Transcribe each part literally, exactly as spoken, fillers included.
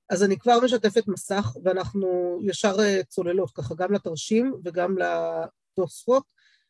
אז אני כבר משתפת מסך, ואנחנו ישר צוללות ככה, גם לתרשים וגם לתוספות.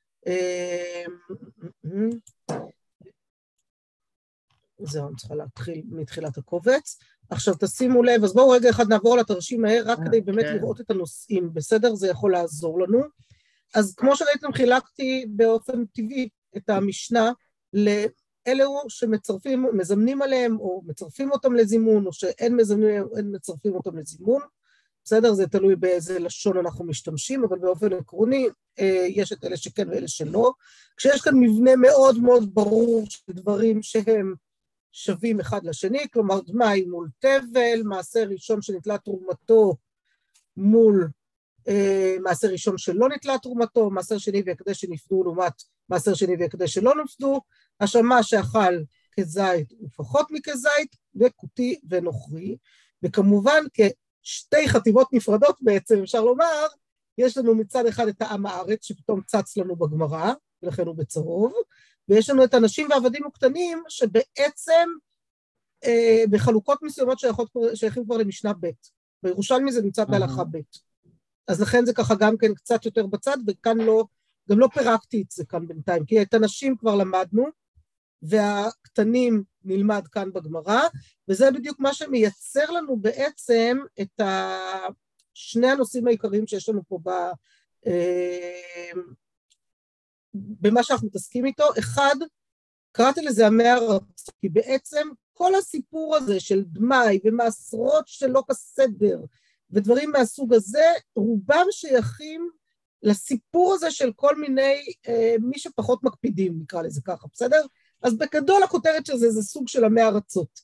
זהו, אני צריכה להתחיל מתחילת הקובץ. עכשיו תשימו לב, אז בואו רגע אחד נעבור לתרשים מהר, רק כדי באמת לראות את הנושאים, בסדר? זה יכול לעזור לנו. אז כמו שראיתם, חילקתי באופן טבעי את המשנה לאלו שמצרפים, מזמנים עליהם, או מצרפים אותם לזימון, או שאין מזמנים, אין מצרפים אותם לזימון. בסדר? זה תלוי באיזה לשון אנחנו משתמשים, אבל באופן עקרוני, יש את אלה שכן ואלה שלא. כשיש כאן מבנה מאוד מאוד ברור של דברים שהם שווים אחד לשני, כלומר דמאי מול תבל, מעשה ראשון שנתלה תרומתו מול אה, מעשה ראשון שלא נתלה תרומתו, מעשר שני והקדש שנפדו לעומת מעשר שני והקדש שלא נפדו, השמה שאכל כזית ופחות מכזית, וכותי ונוכרי, וכמובן כשתי חטיבות נפרדות בעצם אפשר לומר, יש לנו מצד אחד את העם הארץ שפתאום צץ לנו בגמרא, ולכן הוא בצרוב, ויש לנו את הנשים והעבדים וקטנים, שבעצם אה, בחלוקות מסוימות שייכות, שייכים כבר למשנה ב'. בירושלמי זה נמצא בהלכה ב'. אז לכן זה ככה גם כן קצת יותר בצד, וכאן לא, גם לא פירקתי את זה כאן בינתיים, כי את הנשים כבר למדנו, והקטנים נלמד כאן בגמרא, וזה בדיוק מה שמייצר לנו בעצם את ה... שני הנושאים העיקריים שיש לנו פה ב... אה, במה שאנחנו מתעסקים איתו. אחד, קראתי לזה המאה הרצות, כי בעצם כל הסיפור הזה של דמאי ומעשרות שלא כסדר, ודברים מהסוג הזה, רובם שייכים לסיפור הזה של כל מיני, אה, מי שפחות מקפידים, נקרא לזה ככה, בסדר? אז בגדול הכותרת של זה, זה סוג של המאה הרצות.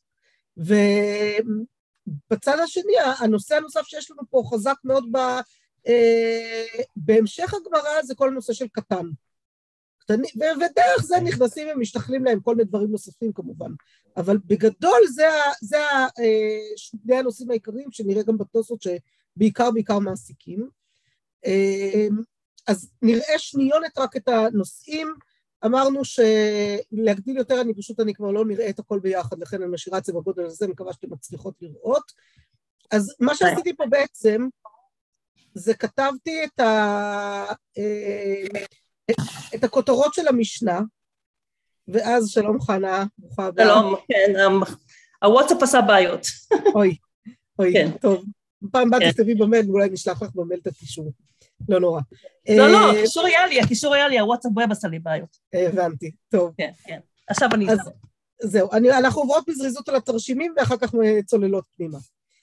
ובצד השני, הנושא הנוסף שיש לנו פה חזק מאוד ב, אה, בהמשך הגמרא, זה כל הנושא של קטן. ודרך זה נכנסים ומשתכלים להם כל מיני דברים נוספים כמובן, אבל בגדול זה, זה שני הנושאים העיקריים שנראה גם בתוספות שבעיקר בעיקר מעסיקים. אז נראה שניונת רק את הנושאים, אמרנו שלהגדיל יותר, אני פשוט אני כבר לא נראה את הכל ביחד, לכן אני משאירה את זה בגודל הזה, מקווה שאתם מצליחות לראות. אז מה שעשיתי פה בעצם, זה כתבתי את ה... את, את הכותרות של המשנה, ואז שלום חנה, ברוכה הבאה. שלום, כן, הוואטסאפ עשה בעיות. אוי, אוי, כן. טוב. פעם באת תכתבי במייל, ואולי נשלח לך במייל את הקישור. לא נורא. לא, לא, הקישור היה לי, הקישור היה לי, הוואטסאפ בויב עשה לי בעיות. הבנתי, טוב. כן, כן. עכשיו אני... אז זהו, אני, אנחנו עוברות בזריזות על התרשימים, ואחר כך צוללות פנימה.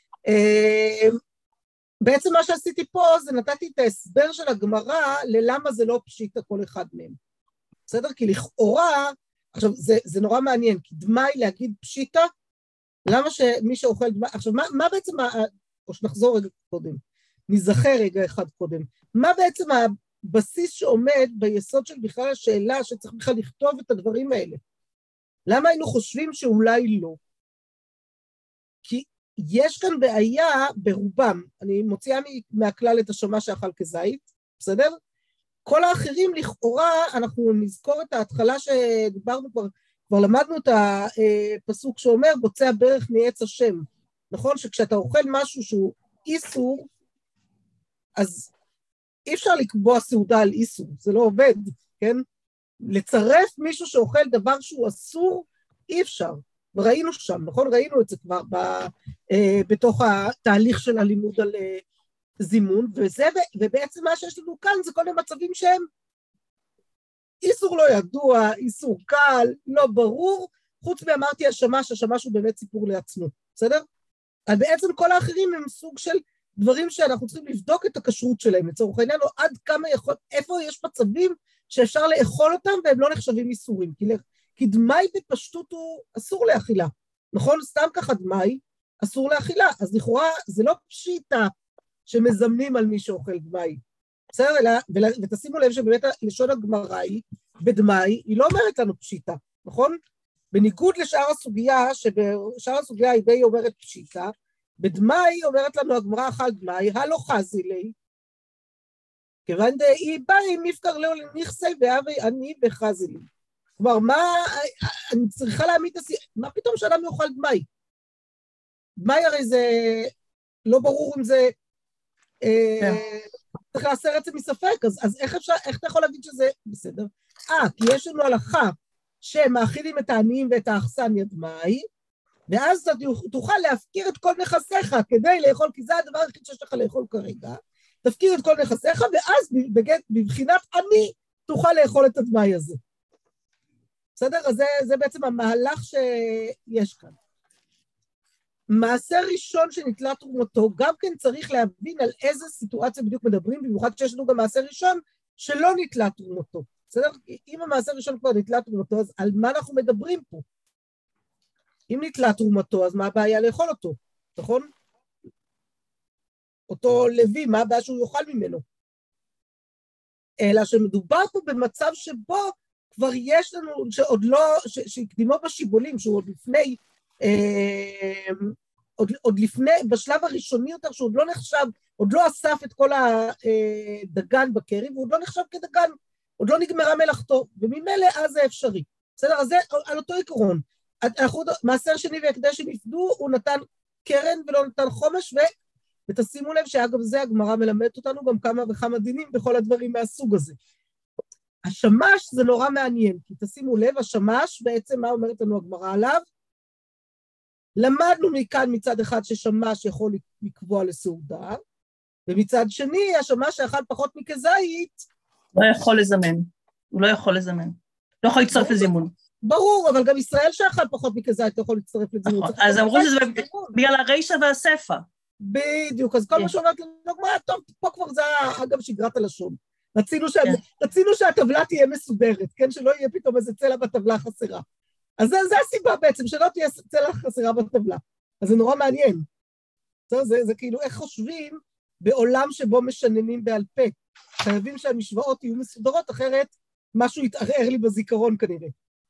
בעצם מה שעשיתי פה, זה נתתי את ההסבר של הגמרא, ללמה זה לא פשיטה כל אחד מהם. בסדר? כי לכאורה, עכשיו זה, זה נורא מעניין, כי דמאי להגיד פשיטה, למה שמי שאוכל דמאי, עכשיו מה, מה בעצם, או שנחזור רגע קודם, נזכר רגע אחד קודם, מה בעצם הבסיס שעומד ביסוד של בכלל השאלה, שצריך בכלל לכתוב את הדברים האלה? למה היינו חושבים שאולי לא? כי יש כאן בעיה ברובם, אני מוציאה מהכלל את השמה שאכל כזית, בסדר? כל האחרים לכאורה, אנחנו נזכור את ההתחלה שדיברנו כבר, כבר למדנו את הפסוק שאומר, בוצע ברך מעץ השם, נכון? שכשאתה אוכל משהו שהוא איסור, אז אי אפשר לקבוע סעודה על איסור, זה לא עובד, כן? לצרף מישהו שאוכל דבר שהוא אסור, אי אפשר. וראינו שם, נכון? ראינו את זה כבר ב, אה, בתוך התהליך של הלימוד על אה, זימון, וזה, ובעצם מה שיש לנו כאן זה כל מיני מצבים שהם איסור לא ידוע, איסור קל, לא ברור, חוץ מאמרתי השמש, השמש הוא באמת סיפור לעצמו, בסדר? אז בעצם כל האחרים הם סוג של דברים שאנחנו צריכים לבדוק את הכשרות שלהם, לצורך העניין, או עד כמה יכול, איפה יש מצבים שאפשר לאכול אותם והם לא נחשבים איסורים, כי כי דמאי בפשטות הוא אסור לאכילה, נכון? סתם ככה דמאי אסור לאכילה, אז לכאורה זה לא פשיטה שמזמנים על מי שאוכל דמאי, בסדר? אלא, ותשימו לב שבאמת לשון הגמרא היא, בדמאי, היא לא אומרת לנו פשיטה, נכון? בניגוד לשאר הסוגיה, שבשאר הסוגיה היא די אומרת פשיטה, בדמאי אומרת לנו הגמרא אכל דמאי, הלא חזי לי, כיוון דהי באי מפקר לו לנכסי ואבי אני בחזי לי. כלומר, מה, אני צריכה להעמיד את הסיבה, מה פתאום שאדם יאכל דמאי? דמאי הרי זה לא ברור אם זה, צריך להסר את זה מספק, אז איך אפשר, איך אתה יכול להגיד שזה בסדר? אה, כי יש לנו הלכה שמאכילים את העניים ואת האכסניה דמאי, ואז אתה תוכל להפקיר את כל נכסיך כדי לאכול, כי זה הדבר היחיד שיש לך לאכול כרגע, תפקיר את כל נכסיך, ואז בבחינת עני תוכל לאכול את הדמאי הזה. בסדר? אז זה, זה בעצם המהלך שיש כאן. מעשה ראשון שנתלה תרומתו, גם כן צריך להבין על איזה סיטואציה בדיוק מדברים, במיוחד שיש לנו גם מעשה ראשון שלא נתלה תרומתו. בסדר? אם המעשה ראשון כבר נתלה תרומתו, אז על מה אנחנו מדברים פה? אם נתלה תרומתו, אז מה הבעיה לאכול אותו? נכון? אותו לוי, מה הבעיה שהוא יאכל ממנו? אלא שמדובר פה במצב שבו כבר יש לנו, שעוד לא, שהקדימו בשיבולים, שהוא עוד לפני, אה, עוד, עוד לפני, בשלב הראשוני יותר, שהוא עוד לא נחשב, עוד לא אסף את כל הדגן בקרי, והוא עוד לא נחשב כדגן, עוד לא נגמרה מלאכתו, וממילא אז זה אפשרי. בסדר? אז זה על אותו עיקרון. אנחנו, מעשר שני והקדש שנפדו, הוא נתן קרן ולא נתן חומש, ו, ותשימו לב שאגב זה הגמרא מלמדת אותנו גם כמה וכמה דינים בכל הדברים מהסוג הזה. השמש זה נורא מעניין, כי תשימו לב, השמש בעצם מה אומרת לנו הגמרא עליו? למדנו מכאן מצד אחד ששמש יכול לקבוע לסעודה, ומצד שני השמש שאכל פחות מכזית, לא יכול לזמן, הוא לא יכול לזמן, לא יכול להצטרף לזימון. ברור, אבל גם ישראל שאכל פחות מכזית יכול להצטרף לזימון. אז אמרו שזה בגלל הרישא והספא. בדיוק, אז כל מה שאומרת לנו, טוב, פה כבר זה אגב שגרת הלשון. רצינו, שה... רצינו שהטבלה תהיה מסודרת, כן? שלא יהיה פתאום איזה צלע בטבלה חסרה. אז זה, זה הסיבה בעצם, שלא תהיה צלע חסרה בטבלה. אז זה נורא מעניין. זה, זה, זה כאילו איך חושבים בעולם שבו משננים בעל פה. חייבים שהמשוואות יהיו מסודרות, אחרת משהו יתערער לי בזיכרון כנראה.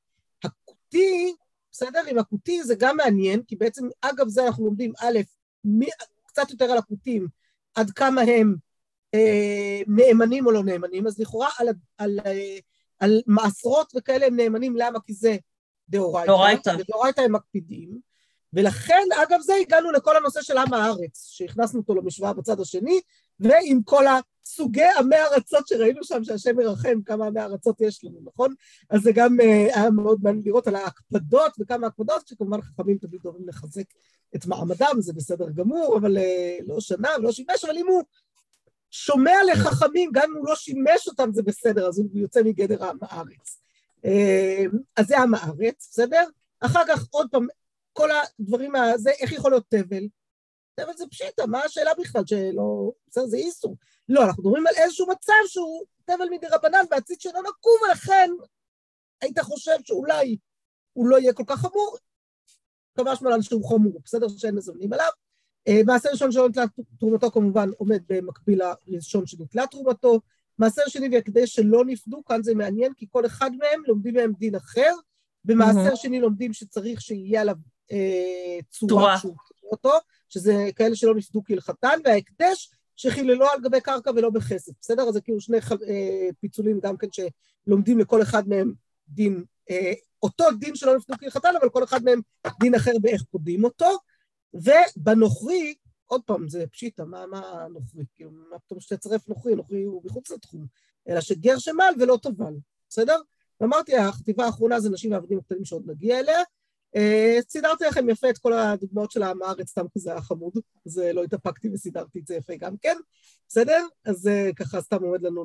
הכותי, בסדר? עם הכותי זה גם מעניין, כי בעצם אגב זה אנחנו לומדים א', מי, קצת יותר על הכותים, עד כמה הם אה, נאמנים או לא נאמנים, אז לכאורה על, על, על, על מעשרות וכאלה הם נאמנים, למה? כי זה דאורייתא, ודאורייתא הם מקפידים, ולכן אגב זה הגענו לכל הנושא של עם הארץ, שהכנסנו אותו למשוואה בצד השני, ועם כל הסוגי עמי ארצות שראינו שם, שהשם ירחם כמה עמי ארצות יש לנו, נכון? אז זה גם אה, היה מאוד מעניין לראות על ההקפדות וכמה הקפדות, שכמובן חכמים תמיד אוהבים לחזק את מעמדם, זה בסדר גמור, אבל אה, לא שנה ולא שימש, אבל אם הוא שומע לחכמים, גם אם הוא לא שימש אותם זה בסדר, אז הוא יוצא מגדר עם הארץ. אה, אז זה עם הארץ, בסדר? אחר כך עוד פעם, כל הדברים הזה, איך יכול להיות תבל? תבל זה פשיטה, מה השאלה בכלל שלא, בסדר, זה איסור. לא, אנחנו מדברים על איזשהו מצב שהוא תבל מדי רבנן, והציץ שלו נקום, ולכן היית חושב שאולי הוא לא יהיה כל כך חמור, כמש מלן שהוא חמור, בסדר שאין מזמנים עליו. מעשר ראשון שלא נתלה תרומתו כמובן עומד במקביל לראשון שנתלה תרומתו, מעשר שני והקדש שלא נפדו, כאן זה מעניין, כי כל אחד מהם לומדים מהם דין אחר, במעשר שני לומדים שצריך שיהיה עליו צורה שהוא קורא אותו, שזה כאלה שלא נפדו כהלכתן, וההקדש שחיללו על גבי קרקע ולא בכסף, בסדר? אז זה כאילו שני פיצולים גם כן שלומדים לכל אחד מהם דין, אותו דין שלא נפדו כהלכתן, אבל כל אחד מהם דין אחר באיך פודים אותו, ובנוכרי, עוד פעם, זה פשיטה, מה, מה נוכרי? כאילו, מה פתאום שתצרף נוכרי? נוכרי הוא מחוץ לתחום, אלא שגר שמל ולא טבל, בסדר? ואמרתי, החטיבה האחרונה זה נשים ועבדים הקטנים שעוד נגיע אליה, סידרתי לכם יפה את כל הדוגמאות של העם הארץ, סתם כי זה היה חמוד, אז לא התאפקתי וסידרתי את זה יפה גם כן, בסדר? אז ככה סתם עומד לנו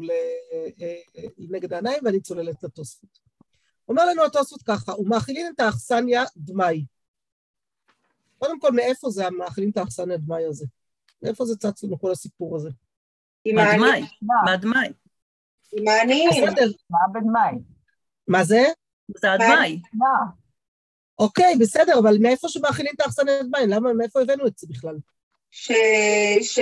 לנגד העיניים, ואני צוללת לתוספות. אומר לנו התוספות ככה, ומאכילים את האכסניה דמאי. קודם כל, מאיפה זה המאכילים את האכסניה דמאי הזה? מאיפה זה צץ לנו כל הסיפור הזה? מהדמאי, מהדמאי. עם העניים. מה בדמאי? מה זה? זה הדמאי. אוקיי, בסדר, אבל מאיפה שמאכילים את האכסניה דמאי? למה, מאיפה הבאנו את זה בכלל? ש... ש...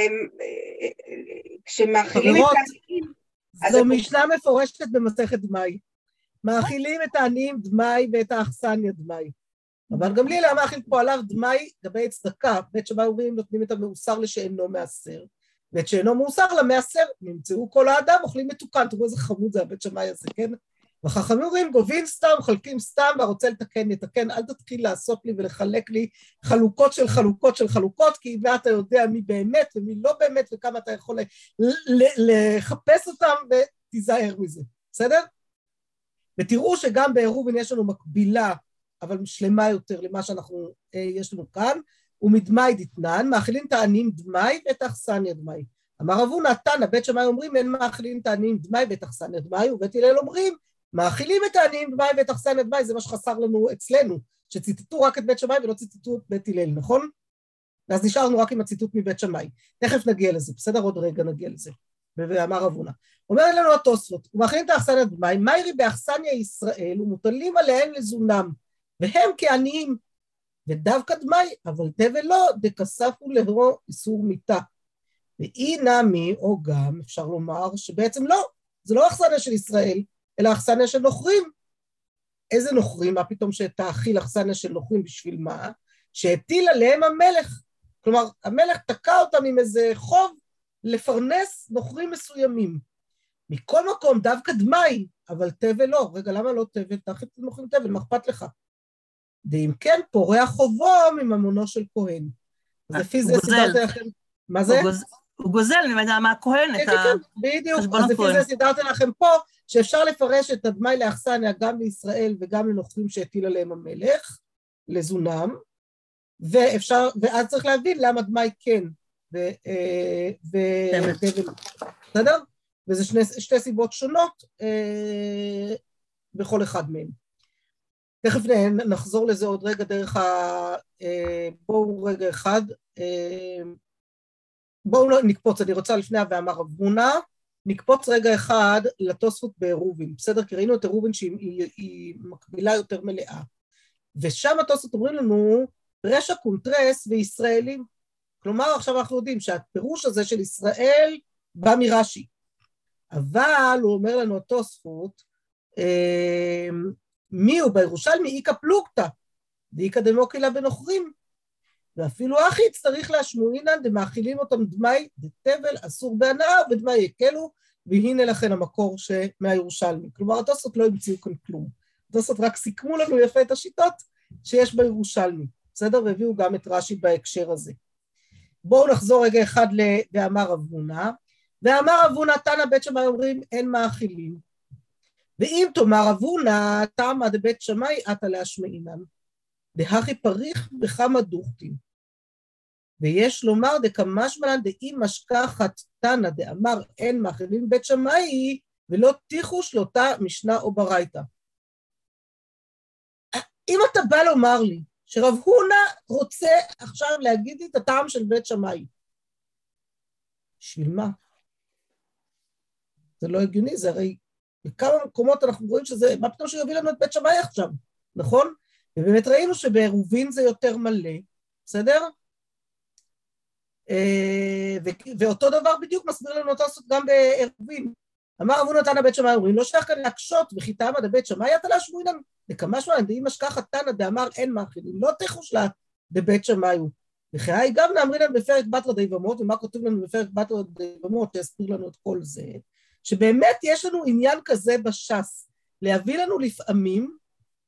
כשמאכילים את העניים... זו משנה מפורשת במסכת דמאי. מאכילים את העניים דמאי ואת האכסניה דמאי. אבל גם לי למה מאכיל פה עליו דמאי גבי צדקה, בית שבה אומרים נותנים את המאוסר לשאינו מאסר, ואת שאינו מאוסר למאסר, נמצאו כל האדם, אוכלים מתוקן, תראו איזה חמוד זה הבית שמאי הזה, כן? וחכמים אומרים, גובים סתם, חלקים סתם, והרוצה לתקן, יתקן, אל תתחיל לעשות לי ולחלק לי חלוקות של חלוקות של חלוקות, כי אם אתה יודע מי באמת ומי לא באמת, וכמה אתה יכול לחפש אותם, ותיזהר מזה, בסדר? ותראו שגם בעירובין יש לנו מקבילה, אבל שלמה יותר למה שאנחנו, יש לנו כאן, ומדמי דתנן, מאכילים תעניים דמי ואת אכסניה דמי. אמר רב הונא תנא, בית שמאי אומרים, אין מאכילים תעניים דמי ואת אכסניה דמי, ובית הלל אומרים, מאכילים את העניים דמי ואת אכסניה דמי, זה מה שחסר לנו אצלנו, שציטטו רק את בית שמאי ולא ציטטו את בית הלל, נכון? ואז נשארנו רק עם הציטוט מבית שמאי. תכף נגיע לזה, בסדר? עוד רגע נגיע לזה. ואמר רב הונא. אומר לנו התוספות, ומאכילים את האכסניה דמי, מיירי באכסניה ישראל, ומוטלים עליהם לזונם, והם כעניים, ודווקא דמי, אבל תבל לא, דכספו להו איסור מיתה. ואי נמי, או גם, אפשר לומר, שבעצם לא, זה לא אכסניה של ישראל, אלא אכסניה של נוכרים. איזה נוכרים? מה פתאום שתאכיל אכסניה של נוכרים בשביל מה? שהטיל עליהם המלך. כלומר, המלך תקע אותם עם איזה חוב לפרנס נוכרים מסוימים. מכל מקום, דווקא דמי, אבל תבל לא. רגע, למה לא תבל? תאכיל את נוכרים תבל, מה אכפת לך? ואם כן, פורע חובו מממונו של כהן. אז לפי זה סידרתי לכם... מה זה? הוא גוזל ממנה מהכהן את החשבון הכהן. בדיוק, אז לפי זה סידרתי לכם פה, שאפשר לפרש את הדמי לאכסניה גם לישראל וגם לנוכרים שהטיל עליהם המלך, לזונם, ואפשר, ואז צריך להבין למה דמי כן, בסדר? וזה שתי סיבות שונות בכל אחד מהם. תכף נחזור לזה עוד רגע דרך ה... בואו רגע אחד, בואו נקפוץ, אני רוצה לפני ואמר רב הונא, נקפוץ רגע אחד לתוספות בעירובין, בסדר? כי ראינו את עירובין שהיא היא, היא מקבילה יותר מלאה, ושם התוספות אומרים לנו, רשע קונטרס וישראלים, כלומר עכשיו אנחנו יודעים שהפירוש הזה של ישראל בא מרש"י, אבל הוא אומר לנו התוספות, אה, מי הוא בירושלמי? איקא פלוגתא, דאיקא דמוקילה בנוכרים, ואפילו אחי צריך להשמועינן דמאכילים אותם דמי דתבל אסור בהנאה ודמי יקלו, והנה לכן המקור מהירושלמי. כלומר, התוספות לא המציאו כאן כלום. התוספות רק סיכמו לנו יפה את השיטות שיש בירושלמי. בסדר? והביאו גם את רש"י בהקשר הזה. בואו נחזור רגע אחד לאמר רב הונא. ואמר רב הונא תנא בית שמאי אומרים אין מאכילים. ואם תאמר רב הונא תמא דבית שמאי עתה להשמעינן. דהכי פריך בכמה דוכתין. ויש לומר דקמשמלן דאם משכחת תנא דאמר אין מאכילים בית שמאי ולא תיחוש לאותה משנה או ברייתא. אם אתה בא לומר לי שרב הונא רוצה עכשיו להגיד לי את הטעם של בית שמאי, בשביל מה? זה לא הגיוני, זה הרי בכמה מקומות אנחנו רואים שזה, מה פתאום שיוביל לנו את בית שמאי עכשיו, נכון? ובאמת ראינו שבעירובין זה יותר מלא, בסדר? ואותו דבר בדיוק מסביר לנו אותו גם בעירובין. אמר רב הונא תנא בית שמאי אומרים, לא שייך כאן להקשות, וכי תמא דבית שמאי עתה להשמועינן, דקמשמלן דאם משכחת תנא דאמר אין מאכילים, לא תיחוש לה דבית שמאי הוא. וכי גם נאמרינן בפרק בתרא דיבמות, ומה כותב לנו בפרק בתרא דיבמות, שיסביר לנו את כל זה, שבאמת יש לנו עניין כזה בש"ס, להביא לנו לפעמים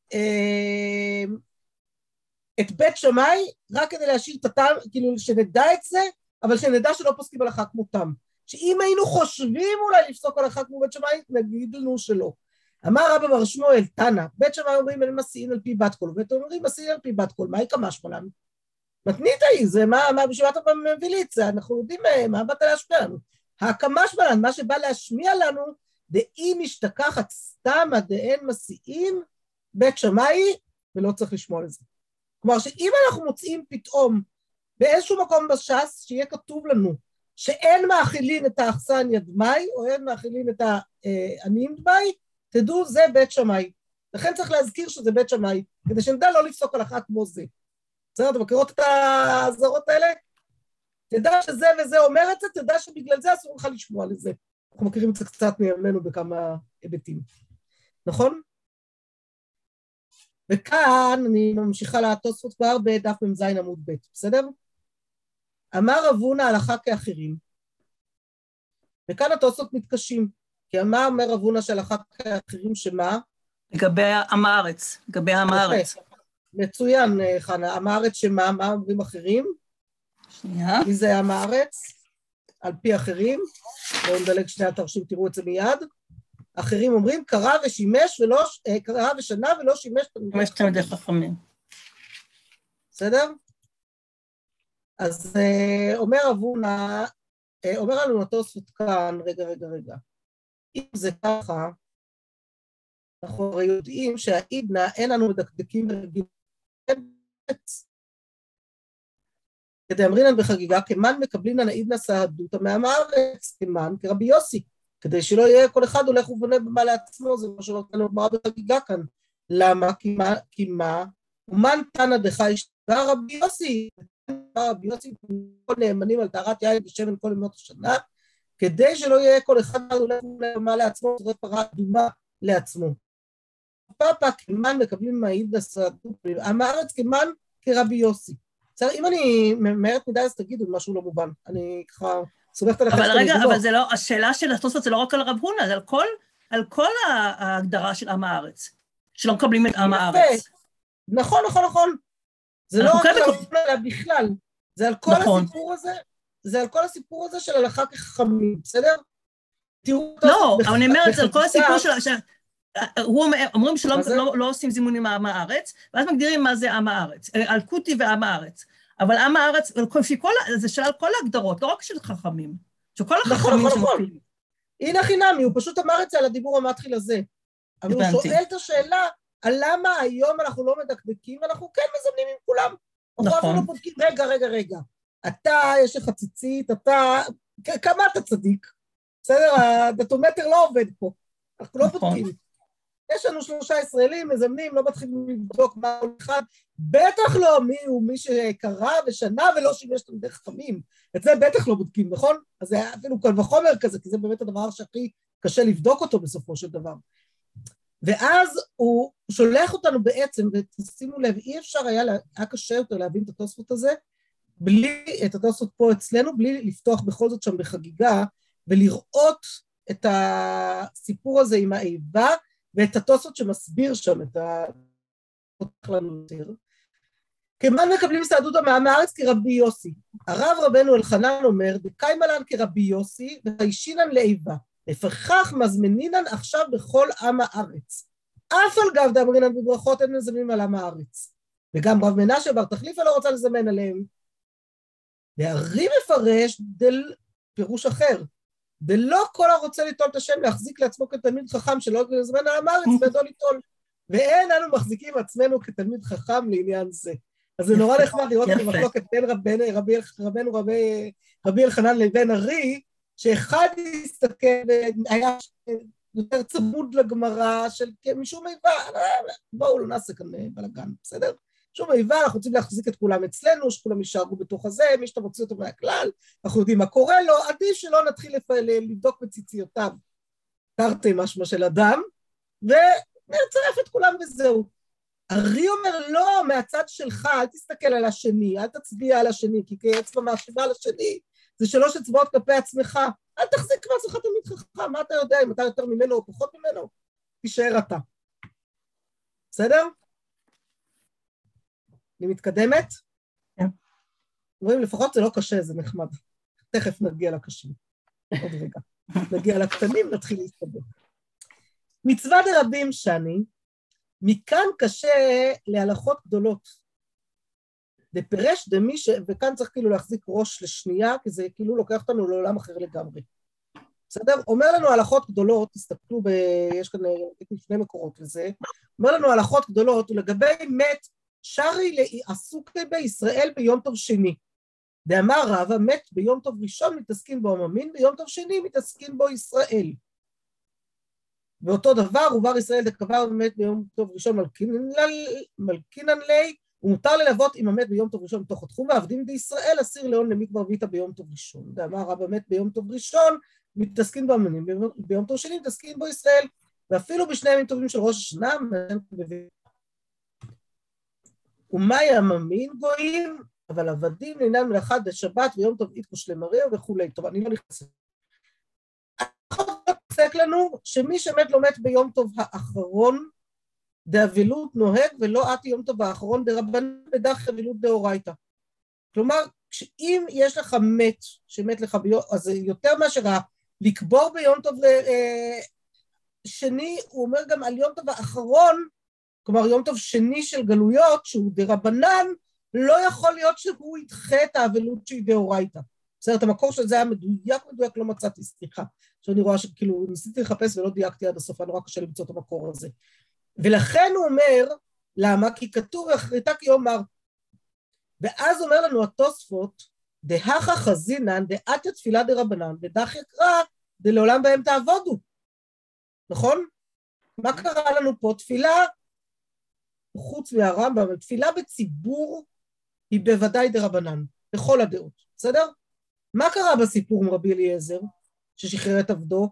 את בית שמאי, רק כדי להשאיר את הטעם, כאילו שנדע את זה, אבל שנדע שלא פוסקים הלכה כמותם. שאם היינו חושבים אולי לפסוק הלכה כמו בית שמאי, נגיד לנו שלא. אמר רבא בר שמואל, תנא, בית שמאי אומרים אין מסיעין על פי בת קול, ובית אומרים מסיעין על פי בת קול, מה יקמשמלן? מתנית היא, זה מה, מה בשביל אתה מביא לי את זה, אנחנו יודעים מה באת להשמיע לנו. הקמשמלן, מה שבא להשמיע לנו, דאם משתכחת סתמא דאין מסיעין, בית שמאי, ולא צריך לשמוע לזה. כלומר שאם אנחנו מוצאים פתאום באיזשהו מקום בש"ס שיהיה כתוב לנו שאין מאכילים את האכסניה דמי או אין מאכילים את העניים דמי, תדעו זה בית שמאי. לכן צריך להזכיר שזה בית שמאי, כדי שנדע לא לפסוק הלכה כמו זה. בסדר, אתם מכירות את ההזרות האלה? תדע שזה וזה אומר את זה, תדע שבגלל זה אסור לך לשמוע לזה. אנחנו מכירים את זה קצת מימינו בכמה היבטים. נכון? וכאן אני ממשיכה לתוספות כבר בדף מ"ז עמוד ב', בסדר? אמר רב הונא הלכה כאחרים, וכאן התוספות מתקשים, כי מה אומר רב הונא שהלכה כאחרים שמה? לגבי עם הארץ, לגבי עם הארץ. מצוין, חנה. עם הארץ שמה? מה אומרים אחרים? שנייה. מי זה עם הארץ? על פי אחרים. בואו נדלג שני התרשים, תראו את זה מיד. אחרים אומרים, קרא ושימש ולא, קרא ושנה ולא שימש תלמידי חכמים. בסדר? אז אומר רב הונא, אומר לנו התוספות כאן, רגע, רגע, רגע. אם זה ככה, אנחנו הרי יודעים שהעידנא אין לנו מדקדקים ורגילים. כדי אמרינן בחגיגה, כמן מקבלינן העידנא סהדותא מעם הארץ, כמן כרבי יוסי, כדי שלא יהיה כל אחד הולך ובונה במה לעצמו, זה מה שנותן הגמרא בחגיגה כאן. למה? כי מה? כי מה? ומן תנא דחי שתא רבי יוסי, רבי יוסי, כל נאמנים על טהרת יין ושמן כל ימות השנה, כדי שלא יהיה כל אחד הולך ובונה במה לעצמו, זאת פרה אדומה לעצמו. פאפה כמן מקבלים מהעידנא סהדותא, עם הארץ כמן כרבי יוסי. בסדר, אם אני ממהרת מדי, אז תגידו משהו לא מובן. אני ככה סומכת עליך. אבל רגע, אבל זה לא, השאלה של התוספות זה לא רק על רב הונא, זה על כל, על כל ההגדרה של עם הארץ, שלא מקבלים את עם הארץ. נכון, נכון, נכון. זה לא רק על רב הונא, אלא בכלל. זה על כל הסיפור הזה, זה על כל הסיפור הזה של הלכה כחכמים, בסדר? לא, אבל אני אומרת, זה על כל הסיפור של... אומרים שלא לא עושים זימונים עם הארץ, ואז מגדירים מה זה עם הארץ, על קוטי ועם הארץ. אבל עם הארץ, זה של כל ההגדרות, לא רק של חכמים, של כל החכמים שמופיעים. הנה חינמי, הוא פשוט אמר את זה על הדיבור המתחיל הזה. אבל הוא שואל את השאלה, על למה היום אנחנו לא מדקדקים, אנחנו כן מזמנים עם כולם. אנחנו לא בודקים, רגע, רגע, רגע. אתה, יש לך ציצית, אתה, כמה אתה צדיק? בסדר, הדאטומטר לא עובד פה. אנחנו לא בודקים. יש לנו שלושה ישראלים, מזמנים, לא מתחילים לבדוק מה כל אחד, בטח לא מי הוא מי שקרא ושנה ולא שימש תלמידי חכמים. את זה בטח לא בודקים, נכון? אז זה אפילו קל וחומר כזה, כי זה באמת הדבר שהכי קשה לבדוק אותו בסופו של דבר. ואז הוא שולח אותנו בעצם, ותשימו לב, אי אפשר היה, היה קשה יותר להבין את התוספות הזה, בלי, את התוספות פה אצלנו, בלי לפתוח בכל זאת שם בחגיגה, ולראות את הסיפור הזה עם האיבה, ואת התוספות שמסביר שם את ה... כמן מקבלים סהדותא מעם הארץ כרבי יוסי. הרב רבנו אלחנן אומר, דקיימא לן כרבי יוסי, וחיישינן לאיבה. לפיכך מזמנינן עכשיו בכל עם הארץ. אף על גב דאמרינן בברכות אין מזמנים על עם הארץ. וגם רב מנשה בר תחליפא לא רוצה לזמן עליהם. והרי מפרש דל פירוש אחר. ולא כל הרוצה ליטול את השם להחזיק לעצמו כתלמיד חכם שלא לזמן על עם הארץ בידו ליטול. ואין אנו מחזיקים עצמנו כתלמיד חכם לעניין זה. אז זה נורא נחמד לראות את המחלוקת בין רבנו רבי אלחנן לבין הרי, שאחד הסתכל והיה יותר צמוד לגמרא של משום איבה, בואו לא נעשה כאן בלגן, בסדר? משום איבה, אנחנו רוצים להחזיק את כולם אצלנו, שכולם יישארו בתוך הזה, מי שאתה מוציא אותו מהכלל, אנחנו יודעים מה קורה לו, עדיף שלא נתחיל לבדוק בציציותיו, תרתי משמע של אדם, ונצרף את כולם וזהו. הרי אומר, לא, מהצד שלך, אל תסתכל על השני, אל תצביע על השני, כי כאצבע מאשימה על השני, זה שלוש אצבעות כלפי עצמך, אל תחזיק מעצמך תלמיד חכם, מה אתה יודע, אם אתה יותר ממנו או פחות ממנו, תישאר אתה. בסדר? אני מתקדמת? כן. רואים, לפחות זה לא קשה, זה נחמד. תכף נגיע לקשים. עוד רגע. נגיע לקטנים, נתחיל להסתבר. מצווה דרבים שני, מכאן קשה להלכות גדולות. לפרש דמי ש... וכאן צריך כאילו להחזיק ראש לשנייה, כי זה כאילו לוקח אותנו לעולם אחר לגמרי. בסדר? אומר לנו הלכות גדולות, תסתכלו ב... יש כאן שני מקורות לזה, אומר לנו הלכות גדולות, ולגבי מת, שרי עסוק בישראל ביום טוב שני. דאמר רבא, מת ביום טוב ראשון מתעסקים בו הממין, ביום טוב שני מתעסקים בו ישראל. ואותו דבר, ובר ישראל דקבר ומת ביום טוב ראשון מלכינן לי, ומותר ללוות עם המת ביום טוב ראשון בתוך התחום, ועבדים בישראל אסיר לאון למי כבר ביתה ביום טוב ראשון. דאמר רבא, מת ביום טוב ראשון, מתעסקים בו הממין, ביום טוב שני מתעסקים בו ישראל, ואפילו בשני ימים טובים של ראש השנה, ומאי הממין גויים, אבל עבדים אינם מלאכה בשבת ויום טוב איתקו שלמריה וכולי. טוב, אני לא נכנסת. החוק פוסק לנו שמי שמת לא מת ביום טוב האחרון, דאבלות נוהג, ולא עתי יום טוב האחרון דרבנן בדרך אבלות דאורייתא. כלומר, אם יש לך מת, שמת לך ביום, אז זה יותר מאשר לקבור ביום טוב שני, הוא אומר גם על יום טוב האחרון, כלומר יום טוב שני של גלויות, שהוא דרבנן, לא יכול להיות שהוא ידחה את האבלות שהיא דאורייתא. בסדר, המקור של זה היה מדויק, מדויק, לא מצאתי, סליחה. שאני רואה שכאילו ניסיתי לחפש ולא דייקתי עד הסוף, אני נורא קשה למצוא את המקור הזה. ולכן הוא אומר, למה? כי כתוב אחריתה כיומר, ואז אומר לנו התוספות, דהכה חזינן, דעתיה תפילה דרבנן, ודחיה קרא, דלעולם בהם תעבודו. נכון? מה קרה לנו פה? תפילה, חוץ מהרמב"ם, אבל תפילה בציבור היא בוודאי דרבנן, בכל הדעות, בסדר? מה קרה בסיפור עם רבי אליעזר, ששחרר את עבדו?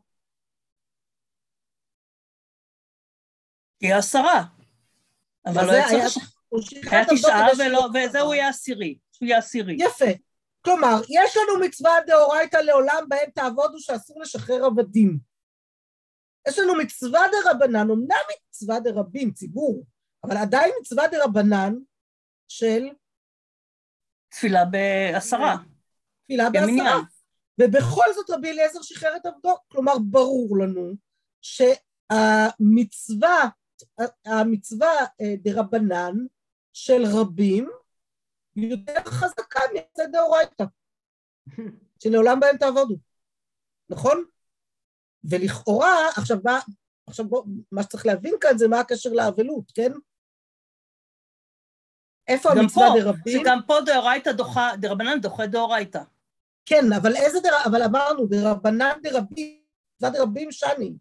היא עשרה. אבל לא יצא... היה תשעה וזהו יהיה עשירי. הוא יהיה עשירי. יפה. כלומר, יש לנו מצווה דאורייתא לעולם בהם תעבודו שאסור לשחרר עבדים. יש לנו מצווה דרבנן, אמנם מצווה דרבים, ציבור, אבל עדיין מצווה דרבנן של... תפילה בעשרה. תפילה בעשרה. ובכל זאת רבי אליעזר שחרר את עבדו. כלומר, ברור לנו שהמצווה, המצווה דרבנן של רבים, יותר חזקה מצווה דאורייתא, שלעולם בהם תעבודו. נכון? ולכאורה, עכשיו, מה, עכשיו בוא, מה שצריך להבין כאן זה מה הקשר לאבלות, כן? איפה המצווה דרבים? שגם פה דאורייתא דוחה, דרבנן דוחה דאורייתא. כן, אבל איזה דר... אבל אמרנו, דרבנן דרבים, מצווה דרבים שני.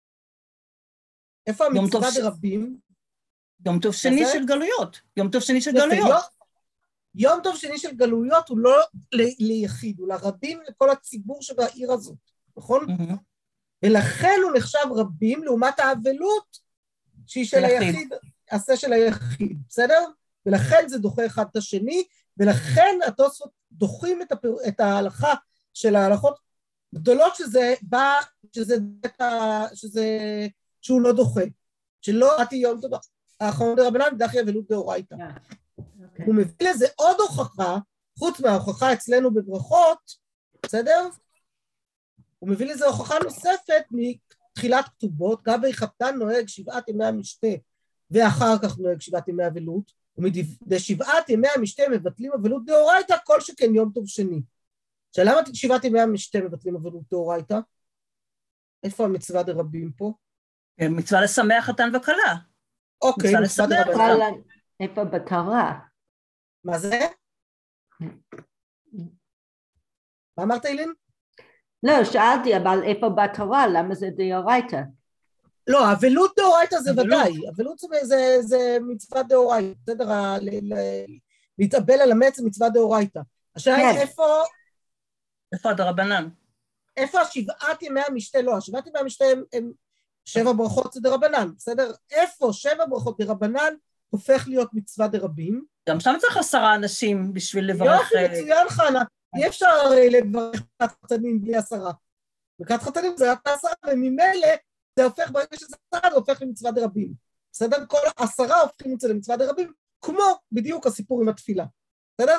איפה המצווה דרבים? יום טוב שני של גלויות. יום טוב שני של גלויות. יום טוב שני של גלויות הוא לא ליחיד, הוא לרבים לכל הציבור שבעיר הזאת, נכון? ולכן הוא נחשב רבים לעומת האבלות שהיא של היחיד, עשה של היחיד, בסדר? ולכן זה דוחה אחד את השני, ולכן התוספות דוחים את, הפר... את ההלכה של ההלכות גדולות שזה בא, שזה, שזה, שהוא לא דוחה, שלא עתי יום טוב האחרון דרבנן דחי אבלות דאורייתא. Okay. הוא מביא לזה עוד הוכחה, חוץ מההוכחה אצלנו בברכות, בסדר? הוא מביא לזה הוכחה נוספת מתחילת כתובות, גבי חתן נוהג שבעת ימי המשתה, ואחר כך נוהג שבעת ימי אבלות, ובשבעת ימי המשתה מבטלים אבלות דאורייתא, כל שכן יום טוב שני. שלמה שבעת ימי המשתה מבטלים אבלות דאורייתא? איפה המצווה דרבים פה? מצווה לשמח חתן וכלה. אוקיי, מצווה דרבים. איפה בתורה? מה זה? מה אמרת אילין? לא, שאלתי, אבל איפה בתורה? למה זה דאורייתא? לא, אבלות דאורייתא זה ודאי, אבלות זה מצווה דאורייתא, בסדר, להתאבל על המת זה מצווה דאורייתא. השאלה היא איפה... איפה דרבנן? איפה השבעת ימי המשתה? לא, השבעת ימי המשתה הם שבע ברכות זה דרבנן, בסדר? איפה שבע ברכות דרבנן הופך להיות מצווה דרבים? גם שם צריך עשרה אנשים בשביל לברך... יופי, מצוין חנה, אי אפשר לברך ברכת חתנים בלי עשרה. ברכת חתנים זה רק עשרה, וממילא זה הופך, ברגע שזה עשרה, זה הופך למצווה דרבים. בסדר? כל עשרה הופכים את זה למצווה דרבים, כמו בדיוק הסיפור עם התפילה. בסדר?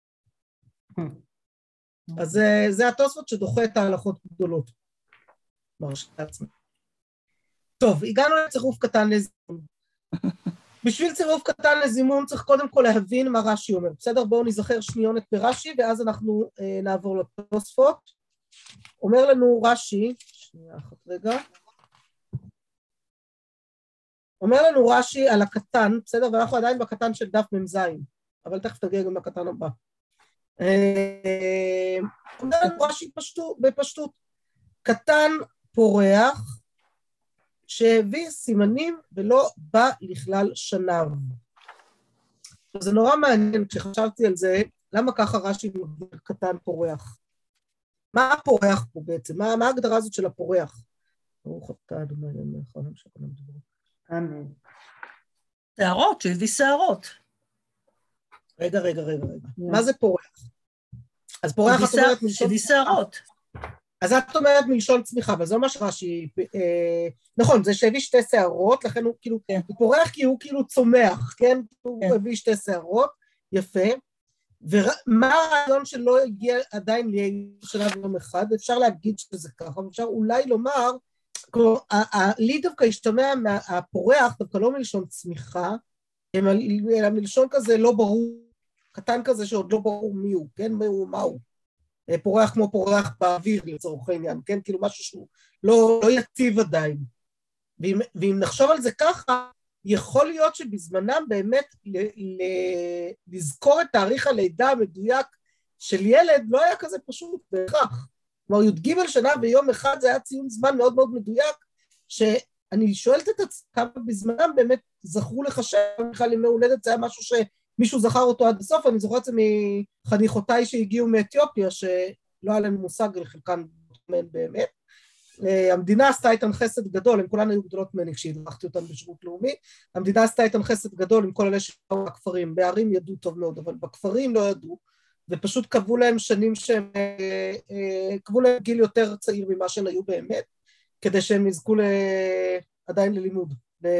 אז זה התוספות שדוחה את ההלכות גדולות. מרשה לעצמי. טוב, הגענו לצירוף קטן לזימון. בשביל צירוף קטן לזימון צריך קודם כל להבין מה רש"י אומר. בסדר? בואו נזכר שניונת ברש"י, ואז אנחנו אה, נעבור לתוספות. אומר לנו רש"י, שנייה אחת רגע, אומר לנו רש"י על הקטן, בסדר? ואנחנו עדיין בקטן של דף מ"ז, אבל תכף תגיע גם לקטן הבא. אה, אומר לנו רש"י פשטות, בפשטות, קטן פורח, שהביא סימנים ולא בא לכלל שנב. זה נורא מעניין כשחשבתי על זה, למה ככה רש"י מגדיר קטן פורח? מה הפורח פה בעצם? מה, מה ההגדרה הזאת של הפורח? ברוך אתה אדוני אלוהינו מלך העולם שהכל מדבר. אמן. שערות, שהביא שערות. רגע, רגע, רגע, רגע. מה זה פורח? אז פורח את אומרת... שהביא שערות. אז את אומרת מלשון צמיחה, אבל זה ממש רש"י, אה, נכון, זה שהביא שתי שערות, לכן הוא כאילו, כן. הוא פורח כי הוא כאילו צומח, כן? כן. הוא הביא שתי שערות, יפה, ומה הרעיון שלא הגיע עדיין לשנה ויום אחד? אפשר להגיד שזה ככה, אפשר אולי לומר, כלומר, לי דווקא השתמע מהפורח, דווקא לא מלשון צמיחה, אלא מלשון כזה לא ברור, קטן כזה שעוד לא ברור מי הוא, כן? מי הוא, מה הוא? פורח כמו פורח באוויר לצורך העניין, כן? כאילו משהו שהוא לא, לא יציב עדיין. ואם, ואם נחשוב על זה ככה, יכול להיות שבזמנם באמת ל, ל, לזכור את תאריך הלידה המדויק של ילד לא היה כזה פשוט בהכרח. כלומר, י"ג שנה ביום אחד זה היה ציון זמן מאוד מאוד מדויק, שאני שואלת את עצמי כמה בזמנם באמת זכרו לחשב, בכלל ימי הולדת זה היה משהו שמישהו זכר אותו עד הסוף, אני זוכרת את זה מחניכותיי שהגיעו מאתיופיה, שלא היה להם מושג לחלקן באמת. המדינה עשתה איתן חסד גדול, הם כולן היו גדולות ממני כשהדרכתי אותן בשירות לאומי, המדינה עשתה איתן חסד גדול עם כל אלה שבאו בכפרים, בערים ידעו טוב מאוד, אבל בכפרים לא ידעו, ופשוט קבעו להם שנים שהם, קבעו להם גיל יותר צעיר ממה שהן היו באמת, כדי שהם יזכו עדיין ללימוד,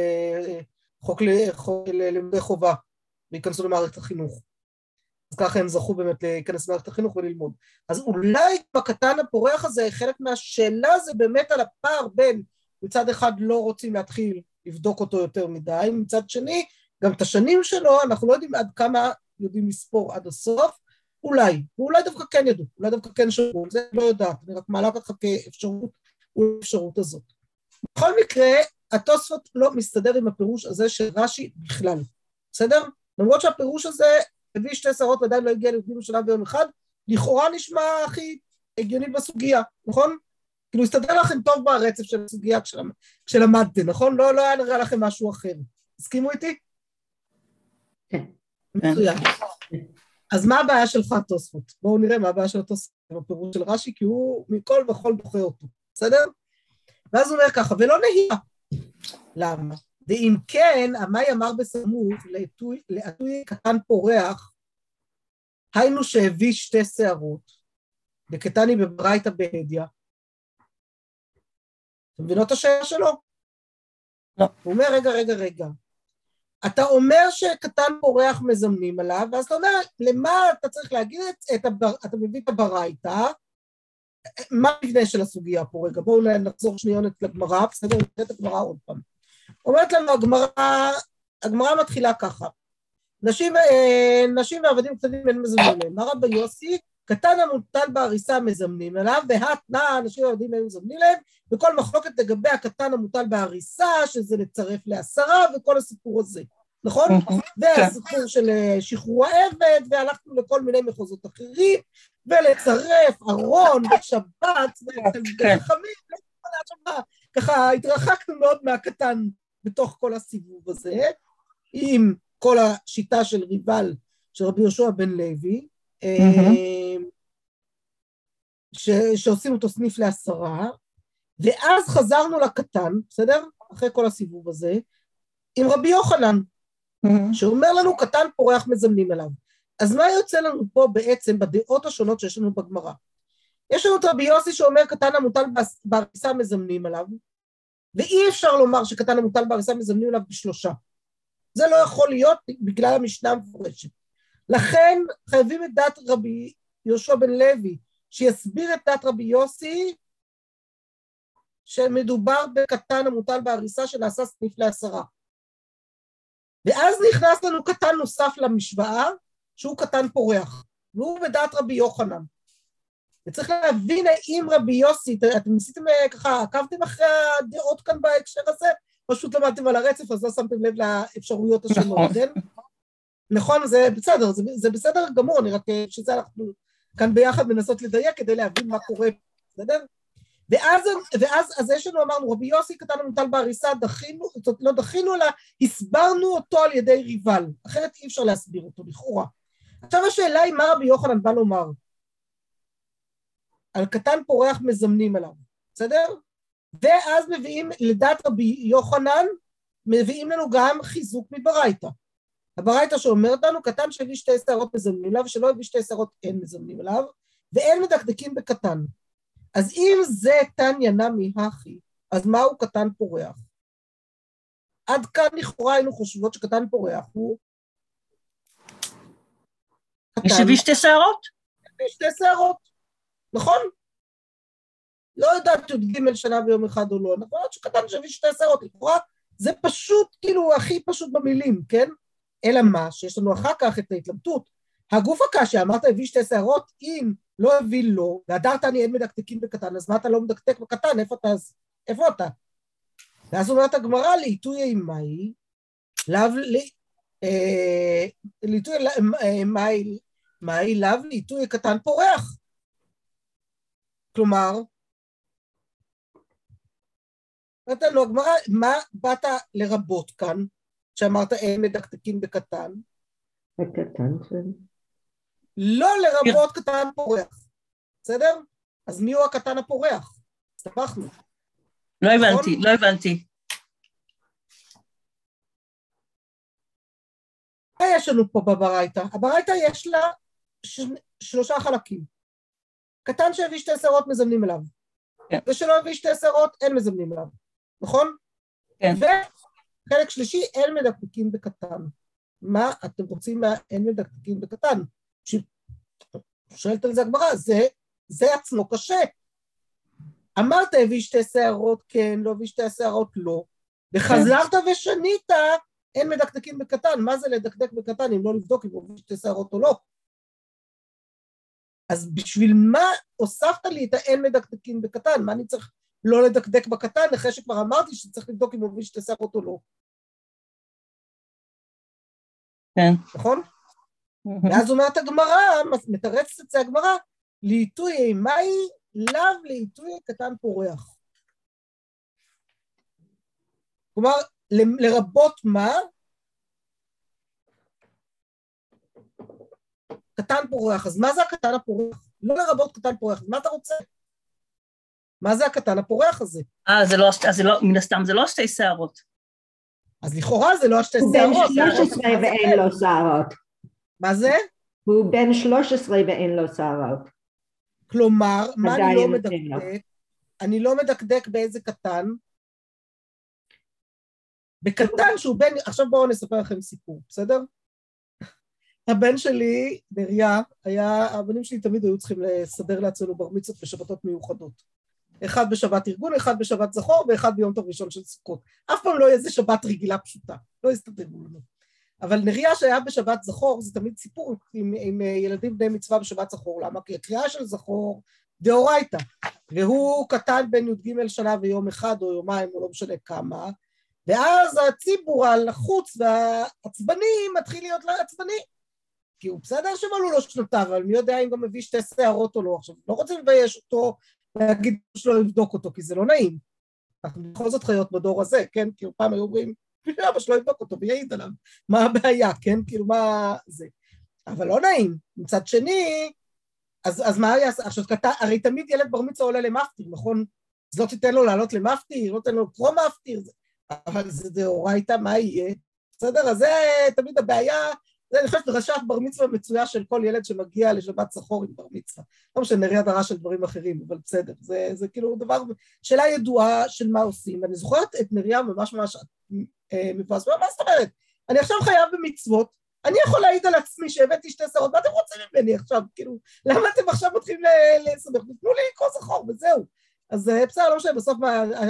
לחוק ללימודי חובה, וייכנסו למערכת החינוך. אז ככה הם זכו באמת להיכנס למערכת החינוך וללמוד. אז אולי בקטן הפורח הזה, חלק מהשאלה זה באמת על הפער בין, מצד אחד לא רוצים להתחיל לבדוק אותו יותר מדי, מצד שני, גם את השנים שלו, אנחנו לא יודעים עד כמה יודעים לספור עד הסוף, אולי, ואולי דווקא כן ידעו, אולי דווקא כן שרו, זה לא יודעת, אני רק מעלה ככה כאפשרות, האפשרות הזאת. בכל מקרה, התוספות לא מסתדר עם הפירוש הזה של רש"י בכלל, בסדר? למרות שהפירוש הזה הביא שתי שערות ועדיין לא הגיע לי"ג שנה ביום אחד, לכאורה נשמע הכי הגיוני בסוגיה, נכון? כאילו הסתדר לכם טוב ברצף של הסוגיה כשלמדתם, נכון? לא, לא היה נראה לכם משהו אחר. הסכימו איתי? כן. מצוין. אז מה הבעיה שלך, תוספות? בואו נראה מה הבעיה של התוספות בפירוש של רש"י, כי הוא מכל וכל דוחה אותו, בסדר? ואז הוא אומר ככה, ולא נהיה. למה? ואם כן, המאי אמר בסמוך, לעתוי קטן פורח, היינו שהביא שתי שערות, וקטני בברייתא בהדיא. אתם מבינות את השאלה שלו? לא. הוא אומר, רגע, רגע, רגע. אתה אומר שקטן פורח מזמנים עליו, ואז אתה אומר, למה אתה צריך להגיד את הבר... אתה מביא את הברייתא, מה המבנה של הסוגיה פה? רגע, בואו נחזור שניונת לגמרא, בסדר? נתת את הגמרא עוד פעם. אומרת לנו, הגמרא, הגמרא מתחילה ככה, נשים, נשים ועבדים קטנים אין מזמנים להם, מה רבי יוסי? קטן המוטל בהריסה מזמנים עליו, והתנא, נשים ועבדים אין מזמנים להם, וכל מחלוקת לגבי הקטן המוטל בהריסה, שזה לצרף לעשרה, וכל הסיפור הזה, נכון? והסיפור של שחרור העבד, והלכנו לכל מיני מחוזות אחרים, ולצרף ארון ושבת, וחכמים, ככה התרחקנו מאוד מהקטן, בתוך כל הסיבוב הזה, עם כל השיטה של ריבל, של רבי יהושע בן לוי, ש- שעושים אותו סניף לעשרה, ואז חזרנו לקטן, בסדר? אחרי כל הסיבוב הזה, עם רבי יוחנן, שאומר לנו, קטן פורח מזמנים עליו. אז מה יוצא לנו פה בעצם, בדעות השונות שיש לנו בגמרא? יש לנו את רבי יוסי שאומר, קטן המוטל בהריסה מזמנים עליו, ואי אפשר לומר שקטן המוטל בהריסה מזמנים עליו בשלושה. זה לא יכול להיות בגלל המשנה המפורשת. לכן חייבים את דת רבי יהושע בן לוי, שיסביר את דת רבי יוסי, שמדובר בקטן המוטל בהריסה שנעשה סניף לעשרה. ואז נכנס לנו קטן נוסף למשוואה, שהוא קטן פורח, והוא בדת רבי יוחנן. וצריך להבין האם רבי יוסי, אתם ניסיתם ככה, עקבתם אחרי הדעות כאן בהקשר הזה, פשוט למדתם על הרצף, אז לא שמתם לב לאפשרויות השונות, כן? נכון, זה בסדר, זה, זה בסדר גמור, אני רק שזה אנחנו כאן ביחד מנסות לדייק כדי להבין מה קורה, בסדר? ואז, ואז אז יש לנו, אמרנו, רבי יוסי קטן המוטל בהריסה, דחינו, לא דחינו, אלא הסברנו אותו על ידי ריבל, אחרת אי אפשר להסביר אותו, לכאורה. עכשיו השאלה היא מה רבי יוחנן בא לומר, על קטן פורח מזמנים עליו, בסדר? ואז מביאים, לדעת רבי יוחנן, מביאים לנו גם חיזוק מברייתא. הברייתא שאומרת לנו, קטן שהביא שתי שערות מזמנים עליו, ושלא הביא שתי שערות אין מזמנים עליו, ואין מדקדקים בקטן. אז אם זה תניא נמי הכי, אז מהו קטן פורח? עד כאן לכאורה היינו חושבות שקטן פורח הוא קטן. יש הביא שתי שערות? יש שתי שערות, נכון? לא יודעת י"ג שנה ביום אחד או לא, נכון? שקטן שהביא שתי שערות, לכאורה זה פשוט כאילו הכי פשוט במילים, כן? אלא מה? שיש לנו אחר כך את ההתלבטות. הגוף הקשה, אמרת הביא שתי שערות, אם לא הביא לו, והדרת אני אין מדקדקים בקטן, אז מה אתה לא מדקדק בקטן? איפה אתה? איפה אתה? ואז אומרת הגמרא, לעיתוי אימאי, לעיתוי אימאי, לאו לעיתוי קטן פורח. כלומר, נתנו הגמרא, מה באת לרבות כאן, שאמרת אין מדקדקים בקטן? בקטן, כן. לא לרבות קטן פורח, בסדר? אז מי הוא הקטן הפורח? הסתבכנו. לא הבנתי, לא הבנתי. מה יש לנו פה בברייתא? הברייתא יש לה שלושה חלקים. קטן שהביא שתי שערות מזמנים אליו. כן. ושלא הביא שתי שערות אין מזמנים אליו. נכון? כן. וחלק שלישי, אין מדקדקים בקטן. מה אתם רוצים מה אין מדקדקים בקטן? שואלת על זה הגמרא, זה, זה עצמו קשה. אמרת הביא שתי שערות כן, לא הביא שתי שערות לא, וחזרת ושנית, אין מדקדקים בקטן. מה זה לדקדק בקטן אם לא לבדוק אם הוא הביא שתי שערות או לא? אז בשביל מה הוספת לי את האין מדקדקים בקטן? מה אני צריך לא לדקדק בקטן, אחרי שכבר אמרתי שצריך לבדוק אם הוא מביא שתי שערות או לא. כן. נכון? ואז אומרת הגמרא, מתרצת את זה הגמרא, לעיתוי אימאי, לאו לעיתוי קטן פורח. כלומר, לרבות מה? קטן פורח. אז מה זה הקטן הפורח? לא לרבות קטן פורח, אז מה אתה רוצה? מה זה הקטן הפורח הזה? אה, זה לא, אז זה לא, מן הסתם, זה לא שתי שערות. אז לכאורה זה לא השתי שערות. הוא בן שלוש עשרה ואין לו שערות. מה זה? הוא בן שלוש עשרה ואין לו שערות. כלומר, מה אני לא מדקדק? אני לא מדקדק באיזה קטן? בקטן שהוא בן, עכשיו בואו נספר לכם סיפור, בסדר? הבן שלי, נריה, היה, הבנים שלי תמיד היו צריכים לסדר לעצמנו בר מצוות בשבתות מיוחדות. אחד בשבת ארגון, אחד בשבת זכור, ואחד ביום טוב ראשון של סוכות. אף פעם לא יהיה איזה שבת רגילה פשוטה, לא הסתדרו לנו. אבל נריה שהיה בשבת זכור, זה תמיד סיפור עם, עם ילדים בני מצווה בשבת זכור, למה? כי הקריאה של זכור דאורייתא, והוא קטן בין י"ג שנה ויום אחד או יומיים, או לא משנה כמה, ואז הציבור הלחוץ והעצבני מתחיל להיות לעצבני, כי הוא בסדר שמלאו לו שנותיו, אבל מי יודע אם גם מביא שתי שערות או לא. עכשיו, לא רוצים לבייש אותו, להגיד שלא לבדוק אותו, כי זה לא נעים. אנחנו בכל זאת חיות בדור הזה, כן? כאילו פעם היו אומרים, אבא שלא יבדוק אותו, ויעיד עליו. מה הבעיה, כן? כאילו מה זה. אבל לא נעים. מצד שני, אז, אז מה היה? עכשיו, הרי תמיד ילד בר מצווה עולה למפטיר, נכון? אז לא תיתן לו לעלות למפטיר, לא תיתן לו לקרוא מפטיר, אבל זה דאורייתא, מה יהיה? בסדר? אז זה תמיד הבעיה, זה אני חושבת דרשת בר מצווה מצויה של כל ילד שמגיע לשבת זכור עם בר מצווה. לא משנה, נראה דרש של דברים אחרים, אבל בסדר, זה, זה כאילו דבר, שאלה ידועה של מה עושים. ואני זוכרת את נריה ממש ממש מבואס, מה זאת אומרת? אני עכשיו חייב במצוות, אני יכול להעיד על עצמי שהבאתי שתי שערות, מה אתם רוצים ממני עכשיו? כאילו, למה אתם עכשיו מתחילים לסמך? תנו לי לקרוא זכור, וזהו. אז בסדר, לא משנה, בסוף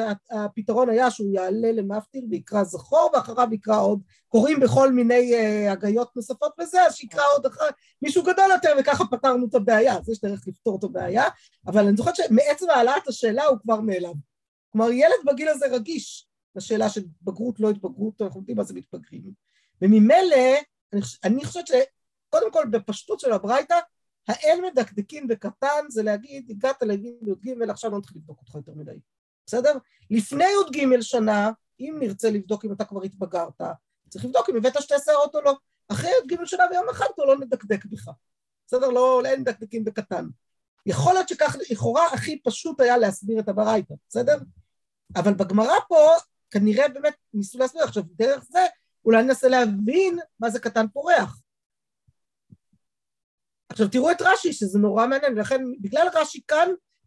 הפתרון היה שהוא יעלה למפטיר ויקרא זכור, ואחריו יקרא עוד, קוראים בכל מיני הגיות נוספות וזה, אז שיקרא עוד אחר, מישהו גדול יותר, וככה פתרנו את הבעיה, אז יש דרך לפתור את הבעיה, אבל אני זוכרת שמעצם העלאת השאלה הוא כבר נעלם. כלומר, ילד בגיל הזה רגיש לשאלה של בגרות, לא התבגרות, אנחנו יודעים מה זה מתבגרים. וממילא, אני, אני חושבת שקודם כל בפשטות של הברייתא, האין מדקדקים בקטן זה להגיד, הגעת לגיל י"ג, עכשיו לא נתחיל לבדוק אותך יותר מדי. בסדר? לפני י"ג שנה, אם נרצה לבדוק אם אתה כבר התבגרת, צריך לבדוק אם הבאת שתי שערות או לא. אחרי י"ג שנה ויום אחד, אתה לא נדקדק בך. בסדר? לא, אין מדקדקים בקטן. יכול להיות שכך, לכאורה הכי פשוט היה להסביר את הברייתא, בסדר? אבל בגמרא פה, כנראה באמת ניסו להסביר. עכשיו, דרך זה, אולי ננסה להבין מה זה קטן פורח. עכשיו תראו את רש"י, שזה נורא מעניין, ולכן בגלל רש"י כאן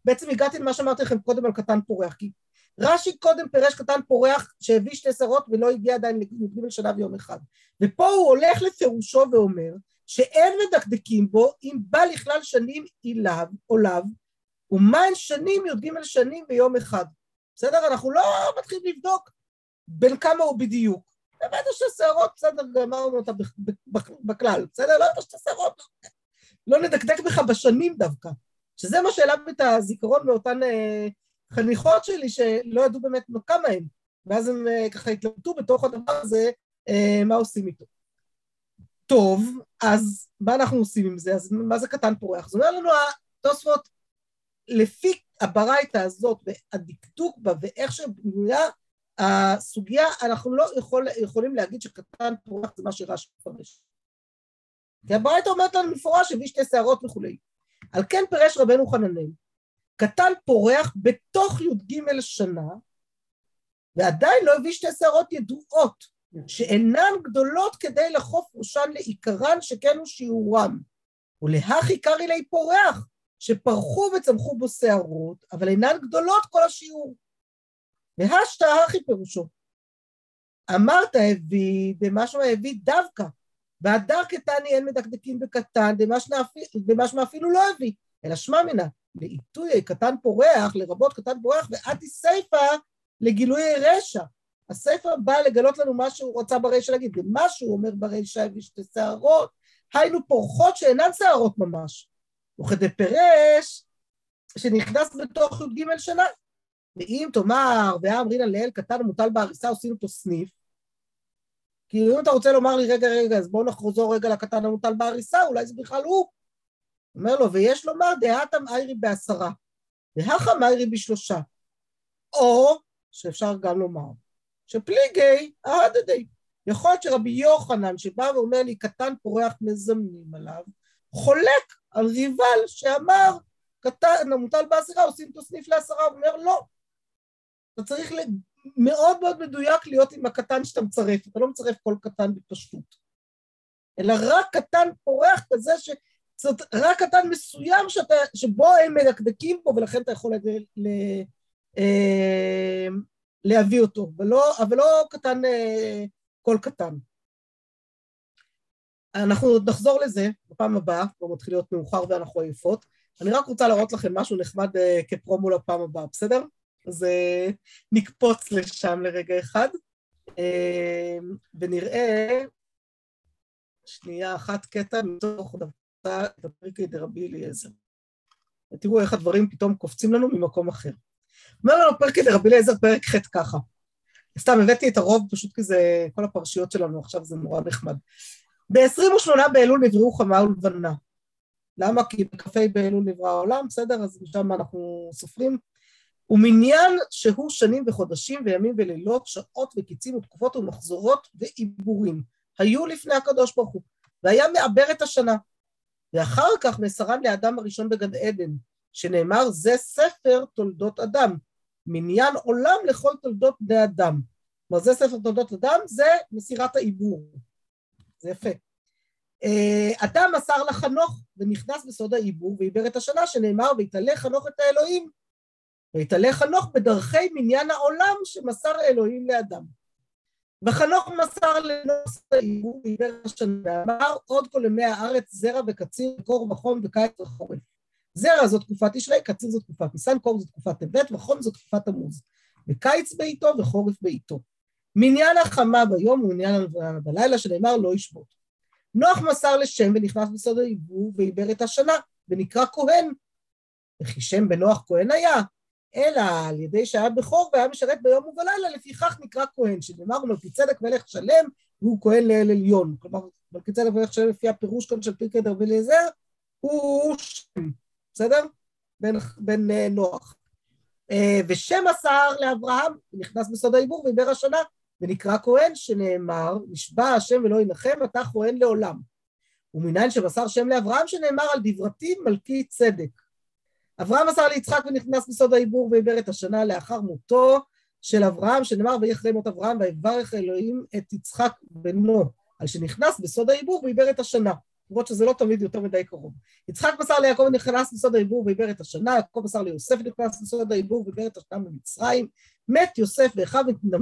בעצם הגעתי למה שאמרתי לכם קודם על קטן פורח, כי רש"י קודם פירש קטן פורח שהביא שתי שערות ולא הגיע עדיין לג' שנה ויום אחד. ופה הוא הולך לפירושו ואומר שאין מדקדקים בו אם בא לכלל שנים אליו, עוליו, ומהן שנים י"ג שנים ויום אחד. בסדר? אנחנו לא מתחילים לבדוק בין כמה הוא בדיוק. באמת יש שתי שערות, בסדר, אמרנו אותה בכלל, בסדר? לא יש שתי שערות. לא נדקדק בך בשנים דווקא. שזה מה שאליו את הזיכרון מאותן אה, חניכות שלי שלא ידעו באמת כמה הם. ואז הם אה, ככה התלבטו בתוך הדבר הזה, אה, מה עושים איתו. טוב, אז מה אנחנו עושים עם זה? אז מה זה קטן פורח? זאת אומרת לנו התוספות, לפי הברייתא הזאת והדקדוק בה ואיך שבנויה הסוגיה, אנחנו לא יכול, יכולים להגיד שקטן פורח זה מה שרש"י מפרש. כי הברייתא אומרת לנו מפורש הביא שתי שערות וכולי. על כן פירש רבנו חננאל, קטן פורח בתוך י"ג שנה, ועדיין לא הביא שתי שערות ידועות, שאינן גדולות כדי לחוף ראשן לעיקרן שכן הוא שיעורם, ולהכי קרי לי פורח, שפרחו וצמחו בו שערות, אבל אינן גדולות כל השיעור. והשתא הכי פירושו. אמרת הביא, דמשמע הביא דווקא, והדר קטני אין מדקדקים בקטן, דמשמע אפילו לא הביא, אלא שמע מנה, לעיתוי קטן פורח, לרבות קטן פורח, ועתי סייפה לגילוי רשע. הספר בא לגלות לנו מה שהוא רוצה ברשע להגיד, ומה שהוא אומר ברשע הביא שתי שערות, היינו פורחות שאינן שערות ממש. וכדי פירש שנכנס בתוך י"ג שנה, ואם תאמר, ואמרינן לאל קטן ומוטל בעריסה, עושים אותו סניף, כי אם אתה רוצה לומר לי, רגע, רגע, אז בואו נחזור רגע לקטן המוטל בעריסה, אולי זה בכלל הוא. אומר לו, ויש לומר, דהתם איירי בעשרה, והחם איירי בשלושה, או שאפשר גם לומר, שפליגי ההדדי. יכול להיות שרבי יוחנן שבא ואומר לי, קטן פורח מזמנים עליו, חולק על ריבל שאמר, קטן המוטל בעשרה, עושים אותו סניף לעשרה, הוא אומר לא. אתה צריך מאוד מאוד מדויק להיות עם הקטן שאתה מצרף, אתה לא מצרף כל קטן בפשטות, אלא רק קטן פורח כזה, ש... זאת רק קטן מסוים שאתה, שבו הם מדקדקים פה, ולכן אתה יכול ל... ל... אה... להביא אותו, ולא, אבל לא קטן, כל קטן. אנחנו עוד נחזור לזה בפעם הבאה, כבר מתחיל להיות מאוחר ואנחנו עייפות. אני רק רוצה להראות לכם משהו נחמד כפרומו לפעם הבאה, בסדר? אז נקפוץ לשם לרגע אחד, ונראה שנייה אחת קטע מתוך דווקא את הפרקי דרבי אליעזר. תראו איך הדברים פתאום קופצים לנו ממקום אחר. אומר לנו פרקי דרבי אליעזר פרק ח' ככה. סתם הבאתי את הרוב פשוט כי זה כל הפרשיות שלנו עכשיו זה נורא נחמד. ב-עשרים ושמונה באלול נבראו חמה ולבנה. למה? כי בכ"ה באלול נברא העולם, בסדר? אז משם אנחנו סופרים. ומניין שהוא שנים וחודשים וימים ולילות, שעות וקיצים ותקופות ומחזורות ועיבורים. היו לפני הקדוש ברוך הוא, והיה מעבר את השנה. ואחר כך מסרן לאדם הראשון בגן עדן, שנאמר זה ספר תולדות אדם, מניין עולם לכל תולדות בני אדם. מה זה ספר תולדות אדם? זה מסירת העיבור. זה יפה. אדם מסר לחנוך ונכנס בסוד העיבור ועיבר את השנה שנאמר ויתעלה חנוך את האלוהים, ויתעלה חנוך בדרכי מניין העולם שמסר האלוהים לאדם. וחנוך מסר לנוס העיבור ועיבר את השנה, ואמר עוד כל ימי הארץ זרע וקציר, קור וחום וקיץ וחורף. זרע זו תקופת תשרי, קציר זו תקופת ניסן, קור זו תקופת טבת, וחום זו תקופת תמוז. וקיץ בעיתו וחורף בעיתו. מניין החמה ביום ומניין הלבנה בלילה שנאמר לא ישבות. נוח מסר לשם ונכנס בסוד העיבור ועיבר את השנה, ונקרא כהן. וכי שם בנוח כהן היה, אלא על ידי שהיה בכור והיה משרת ביום ובלילה, לפיכך נקרא כהן, שנאמר מלכיצדק מלך שלם, והוא כהן לאל עליון. כלומר, מלכיצדק מלך שלם לפי הפירוש כאן של פרקי דרבי אליעזר, הוא שם, בסדר? בין, בין uh, נוח. Uh, ושם מסר לאברהם, נכנס בסוד העיבור ועיבר השנה, ונקרא כהן שנאמר, נשבע השם ולא ינחם, אתה כהן לעולם. ומניין שמסר שם לאברהם שנאמר על דברתי מלכי צדק. אברהם מסר ליצחק ונכנס בסוד העיבור ועיבר את השנה לאחר מותו של אברהם, שנאמר ויהי אחרי מות אברהם ויברך אלוהים את יצחק בנו, על שנכנס בסוד העיבור ועיבר את השנה. למרות שזה לא תמיד יותר מדי קרוב. יצחק מסר ליעקב נכנס לסוד העיבור ועיבר את השנה, יעקב מסר ליוסף נכנס לסוד העיבור ועיבר את השנה במצרים, מת יוסף ואחיו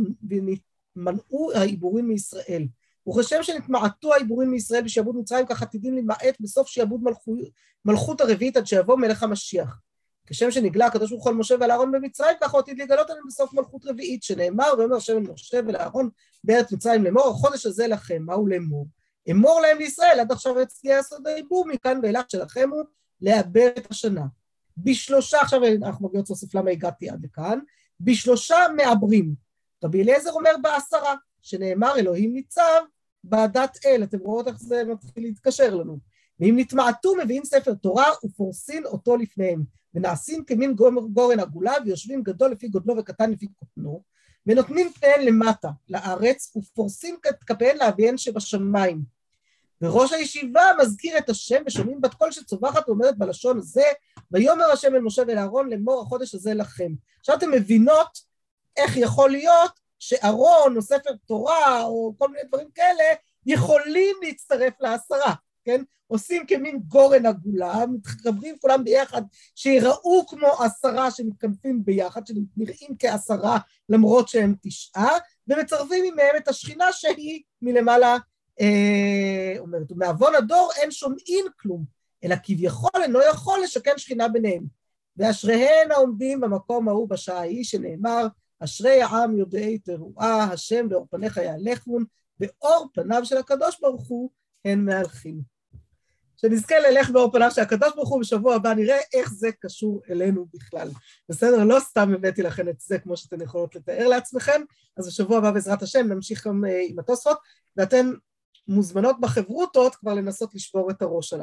ונתמנעו העיבורים מישראל. וכשם שנתמעטו העיבורים מישראל בשעבוד מצרים, כך עתידים למעט בסוף שעבוד מלכות, מלכות הרביעית עד שיבוא מלך המשיח. כשם שנגלה הקדוש ברוך הוא על משה ועל אהרון במצרים, כך הוא עתיד לגלות עליהם בסוף מלכות רביעית, שנאמר, ואומר השם אל משה ולאהרון בארץ מצרים לאמור, החודש הזה לכם, מהו לאמור? אמור להם לישראל, עד עכשיו אצלי הסוד העיבור, מכאן ואילך שלכם הוא לעבר את השנה. בשלושה, עכשיו אנחנו מגיעות להוסיף למה הגעתי עד לכאן, בשלושה מעברים. רבי אליעזר אומר בעשרה, שנאמר אלוהים ניצב בעדת אל, אתם רואות איך זה מתחיל להתקשר לנו. ואם נתמעטו מביאים ספר תורה ופורסין אותו לפניהם, ונעשים כמין גורן עגולה, ויושבים גדול לפי גודלו וקטן לפי קטנו, ונותנים פניהן למטה, לארץ, ופורסים כפיהן לאביהן שבשמיים. וראש הישיבה מזכיר את השם, ושומעים בת קול שצווחת ועומדת בלשון הזה, ויאמר השם אל משה ולאהרון לאמור החודש הזה לכם. עכשיו אתם מבינות איך יכול להיות שארון או ספר תורה או כל מיני דברים כאלה יכולים להצטרף לעשרה, כן? עושים כמין גורן עגולה, מתחברים כולם ביחד, שיראו כמו עשרה שמתכנפים ביחד, שנראים כעשרה למרות שהם תשעה, ומצרפים ממהם את השכינה שהיא מלמעלה, אה, אומרת, ומעוון הדור אין שומעים כלום, אלא כביכול אינו יכול לשכן שכינה ביניהם. ואשריהן העומדים במקום ההוא בשעה ההיא שנאמר, אשרי העם יודעי תרועה, השם באור פניך יהלכון, באור פניו של הקדוש ברוך הוא הן מהלכים. שנזכה ללך באור פניו של הקדוש ברוך הוא, בשבוע הבא נראה איך זה קשור אלינו בכלל. בסדר, לא סתם הבאתי לכם את זה כמו שאתן יכולות לתאר לעצמכם, אז בשבוע הבא בעזרת השם נמשיך גם עם התוספות, ואתן מוזמנות בחברותות כבר לנסות לשבור את הראש עליו.